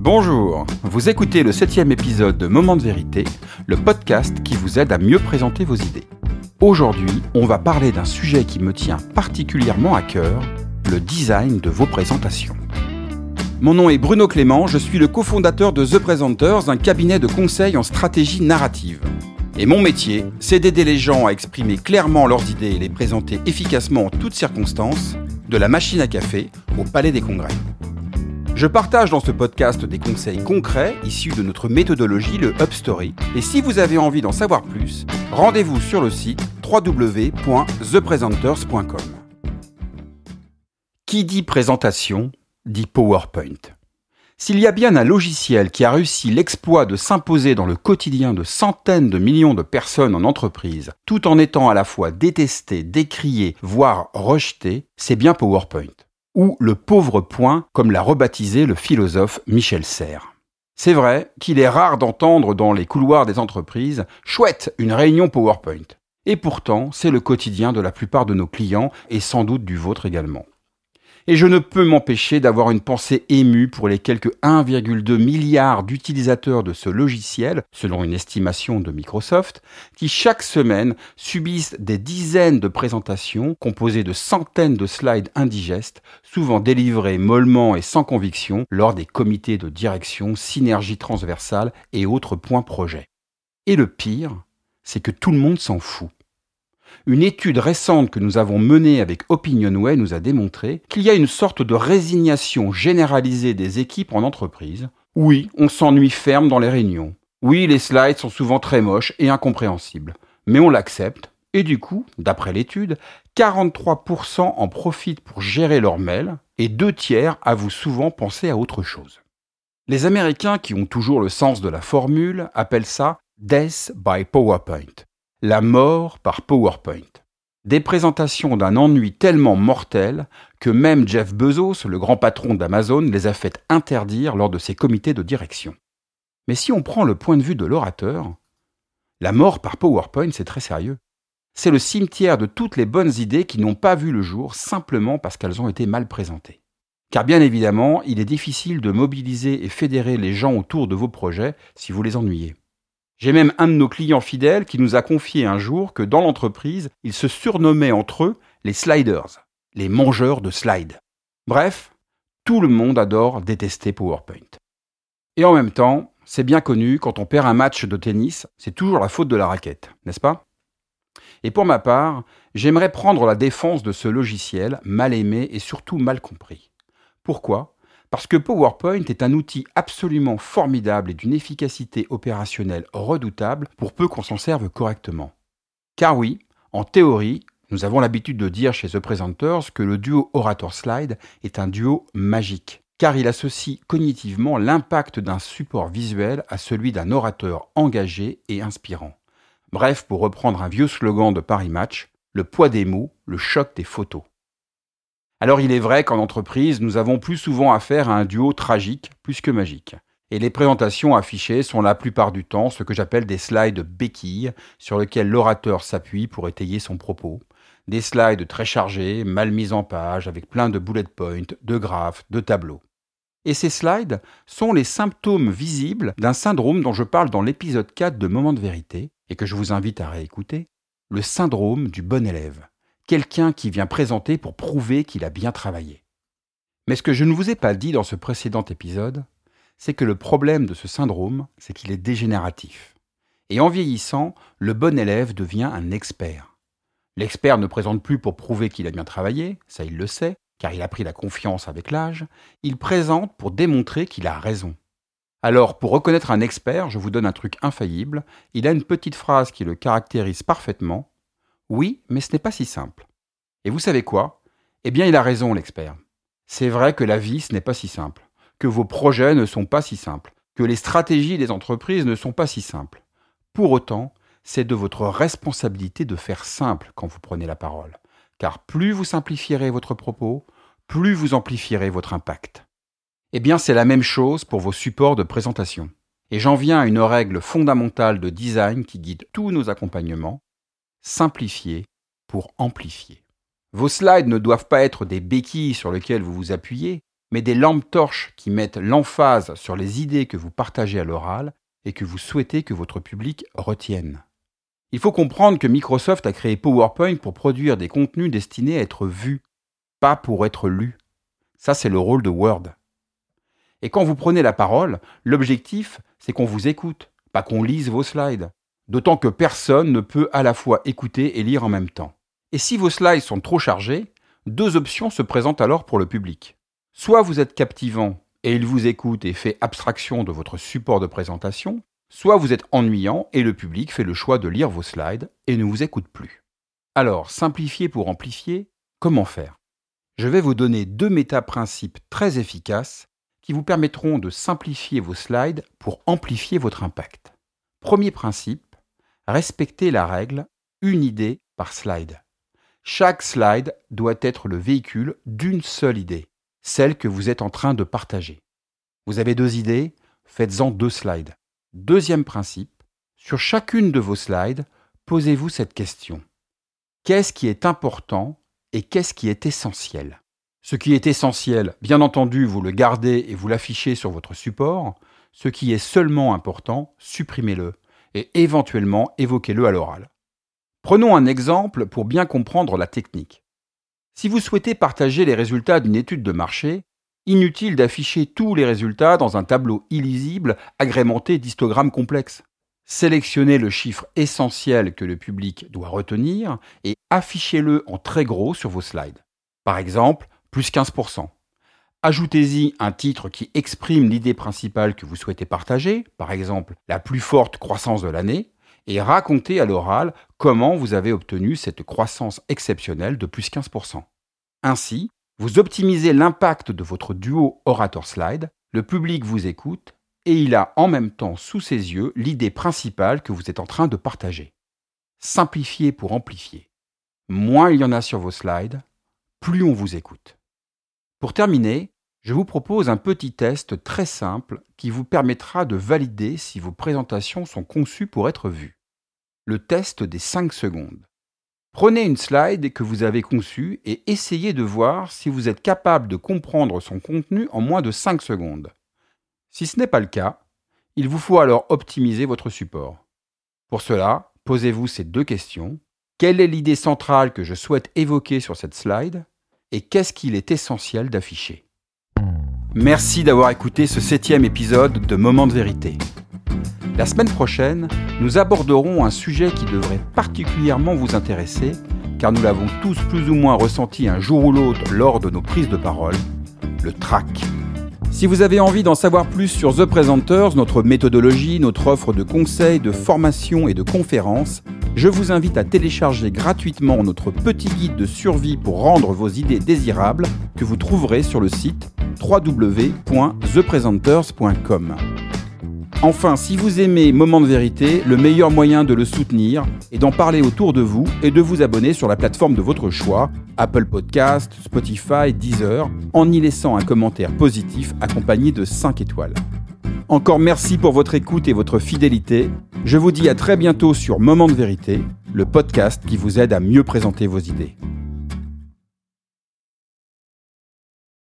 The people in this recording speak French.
Bonjour, vous écoutez le 7e épisode de Moment de vérité, le podcast qui vous aide à mieux présenter vos idées. Aujourd'hui, on va parler d'un sujet qui me tient particulièrement à cœur, le design de vos présentations. Mon nom est Bruno Clément, je suis le cofondateur de The Presenters, un cabinet de conseil en stratégie narrative. Et mon métier, c'est d'aider les gens à exprimer clairement leurs idées et les présenter efficacement en toutes circonstances, de la machine à café au palais des congrès. Je partage dans ce podcast des conseils concrets issus de notre méthodologie, le UpStory. Et si vous avez envie d'en savoir plus, rendez-vous sur le site www.thepresenters.com. Qui dit présentation, dit PowerPoint. S'il y a bien un logiciel qui a réussi l'exploit de s'imposer dans le quotidien de centaines de millions de personnes en entreprise, tout en étant à la fois détesté, décrié, voire rejeté, c'est bien PowerPoint. Ou le pauvre point, comme l'a rebaptisé le philosophe Michel Serres. C'est vrai qu'il est rare d'entendre dans les couloirs des entreprises « Chouette, une réunion PowerPoint ». Et pourtant, c'est le quotidien de la plupart de nos clients et sans doute du vôtre également. Et je ne peux m'empêcher d'avoir une pensée émue pour les quelques 1,2 milliard d'utilisateurs de ce logiciel, selon une estimation de Microsoft, qui chaque semaine subissent des dizaines de présentations composées de centaines de slides indigestes, souvent délivrés mollement et sans conviction lors des comités de direction, synergie transversale et autres points projets. Et le pire, c'est que tout le monde s'en fout. Une étude récente que nous avons menée avec OpinionWay nous a démontré qu'il y a une sorte de résignation généralisée des équipes en entreprise. Oui, on s'ennuie ferme dans les réunions. Oui, les slides sont souvent très moches et incompréhensibles. Mais on l'accepte. Et du coup, d'après l'étude, 43% en profitent pour gérer leurs mails et 2/3 avouent souvent penser à autre chose. Les Américains, qui ont toujours le sens de la formule, appellent ça « Death by PowerPoint ». La mort par PowerPoint. Des présentations d'un ennui tellement mortel que même Jeff Bezos, le grand patron d'Amazon, les a fait interdire lors de ses comités de direction. Mais si on prend le point de vue de l'orateur, la mort par PowerPoint, c'est très sérieux. C'est le cimetière de toutes les bonnes idées qui n'ont pas vu le jour simplement parce qu'elles ont été mal présentées. Car bien évidemment, il est difficile de mobiliser et fédérer les gens autour de vos projets si vous les ennuyez. J'ai même un de nos clients fidèles qui nous a confié un jour que dans l'entreprise, ils se surnommaient entre eux les sliders, les mangeurs de slides. Bref, tout le monde adore détester PowerPoint. Et en même temps, c'est bien connu, quand on perd un match de tennis, c'est toujours la faute de la raquette, n'est-ce pas ? Et pour ma part, j'aimerais prendre la défense de ce logiciel mal aimé et surtout mal compris. Pourquoi ? Parce que PowerPoint est un outil absolument formidable et d'une efficacité opérationnelle redoutable pour peu qu'on s'en serve correctement. Car oui, en théorie, nous avons l'habitude de dire chez The Presenters que le duo orateur-slide est un duo magique, car il associe cognitivement l'impact d'un support visuel à celui d'un orateur engagé et inspirant. Bref, pour reprendre un vieux slogan de Paris Match, le poids des mots, le choc des photos. Alors il est vrai qu'en entreprise, nous avons plus souvent affaire à un duo tragique plus que magique. Et les présentations affichées sont la plupart du temps ce que j'appelle des slides béquilles sur lesquels l'orateur s'appuie pour étayer son propos. Des slides très chargés, mal mis en page, avec plein de bullet points, de graphes, de tableaux. Et ces slides sont les symptômes visibles d'un syndrome dont je parle dans l'épisode 4 de Moment de vérité, et que je vous invite à réécouter, le syndrome du bon élève. Quelqu'un qui vient présenter pour prouver qu'il a bien travaillé. Mais ce que je ne vous ai pas dit dans ce précédent épisode, c'est que le problème de ce syndrome, c'est qu'il est dégénératif. Et en vieillissant, le bon élève devient un expert. L'expert ne présente plus pour prouver qu'il a bien travaillé, ça il le sait, car il a pris la confiance avec l'âge, il présente pour démontrer qu'il a raison. Alors, pour reconnaître un expert, je vous donne un truc infaillible, il a une petite phrase qui le caractérise parfaitement. Oui, mais ce n'est pas si simple. Et vous savez quoi ? Eh bien, il a raison, l'expert. C'est vrai que la vie, ce n'est pas si simple, que vos projets ne sont pas si simples, que les stratégies des entreprises ne sont pas si simples. Pour autant, c'est de votre responsabilité de faire simple quand vous prenez la parole. Car plus vous simplifierez votre propos, plus vous amplifierez votre impact. Eh bien, c'est la même chose pour vos supports de présentation. Et j'en viens à une règle fondamentale de design qui guide tous nos accompagnements. Simplifier pour amplifier. Vos slides ne doivent pas être des béquilles sur lesquelles vous vous appuyez, mais des lampes torches qui mettent l'emphase sur les idées que vous partagez à l'oral et que vous souhaitez que votre public retienne. Il faut comprendre que Microsoft a créé PowerPoint pour produire des contenus destinés à être vus, pas pour être lus. Ça, c'est le rôle de Word. Et quand vous prenez la parole, l'objectif, c'est qu'on vous écoute, pas qu'on lise vos slides. D'autant que personne ne peut à la fois écouter et lire en même temps. Et si vos slides sont trop chargés, deux options se présentent alors pour le public. Soit vous êtes captivant et il vous écoute et fait abstraction de votre support de présentation, soit vous êtes ennuyant et le public fait le choix de lire vos slides et ne vous écoute plus. Alors, simplifier pour amplifier, comment faire ? Je vais vous donner 2 méta-principes très efficaces qui vous permettront de simplifier vos slides pour amplifier votre impact. Premier principe, respectez la règle une idée par slide. Chaque slide doit être le véhicule d'une seule idée, celle que vous êtes en train de partager. Vous avez 2 idées, faites-en 2 slides. Deuxième principe, sur chacune de vos slides, posez-vous cette question. Qu'est-ce qui est important et qu'est-ce qui est essentiel ? Ce qui est essentiel, bien entendu, vous le gardez et vous l'affichez sur votre support. Ce qui est seulement important, supprimez-le et éventuellement évoquez-le à l'oral. Prenons un exemple pour bien comprendre la technique. Si vous souhaitez partager les résultats d'une étude de marché, inutile d'afficher tous les résultats dans un tableau illisible agrémenté d'histogrammes complexes. Sélectionnez le chiffre essentiel que le public doit retenir et affichez-le en très gros sur vos slides. Par exemple, plus 15%. Ajoutez-y un titre qui exprime l'idée principale que vous souhaitez partager, par exemple la plus forte croissance de l'année, et racontez à l'oral comment vous avez obtenu cette croissance exceptionnelle de plus 15%. Ainsi, vous optimisez l'impact de votre duo orator-slide, le public vous écoute et il a en même temps sous ses yeux l'idée principale que vous êtes en train de partager. Simplifiez pour amplifier. Moins il y en a sur vos slides, plus on vous écoute. Pour terminer, je vous propose un petit test très simple qui vous permettra de valider si vos présentations sont conçues pour être vues. Le test des 5 secondes. Prenez une slide que vous avez conçue et essayez de voir si vous êtes capable de comprendre son contenu en moins de 5 secondes. Si ce n'est pas le cas, il vous faut alors optimiser votre support. Pour cela, posez-vous ces 2 questions. Quelle est l'idée centrale que je souhaite évoquer sur cette slide ? Et qu'est-ce qu'il est essentiel d'afficher ? Merci d'avoir écouté ce 7e épisode de Moment de vérité. La semaine prochaine, nous aborderons un sujet qui devrait particulièrement vous intéresser, car nous l'avons tous plus ou moins ressenti un jour ou l'autre lors de nos prises de parole, le trac. Si vous avez envie d'en savoir plus sur The Presenters, notre méthodologie, notre offre de conseils, de formation et de conférences, je vous invite à télécharger gratuitement notre petit guide de survie pour rendre vos idées désirables que vous trouverez sur le site www.thepresenters.com. Enfin, si vous aimez Moment de vérité, le meilleur moyen de le soutenir est d'en parler autour de vous et de vous abonner sur la plateforme de votre choix, Apple Podcasts, Spotify, Deezer, en y laissant un commentaire positif accompagné de 5 étoiles. Encore merci pour votre écoute et votre fidélité. Je vous dis à très bientôt sur Moment de vérité, le podcast qui vous aide à mieux présenter vos idées.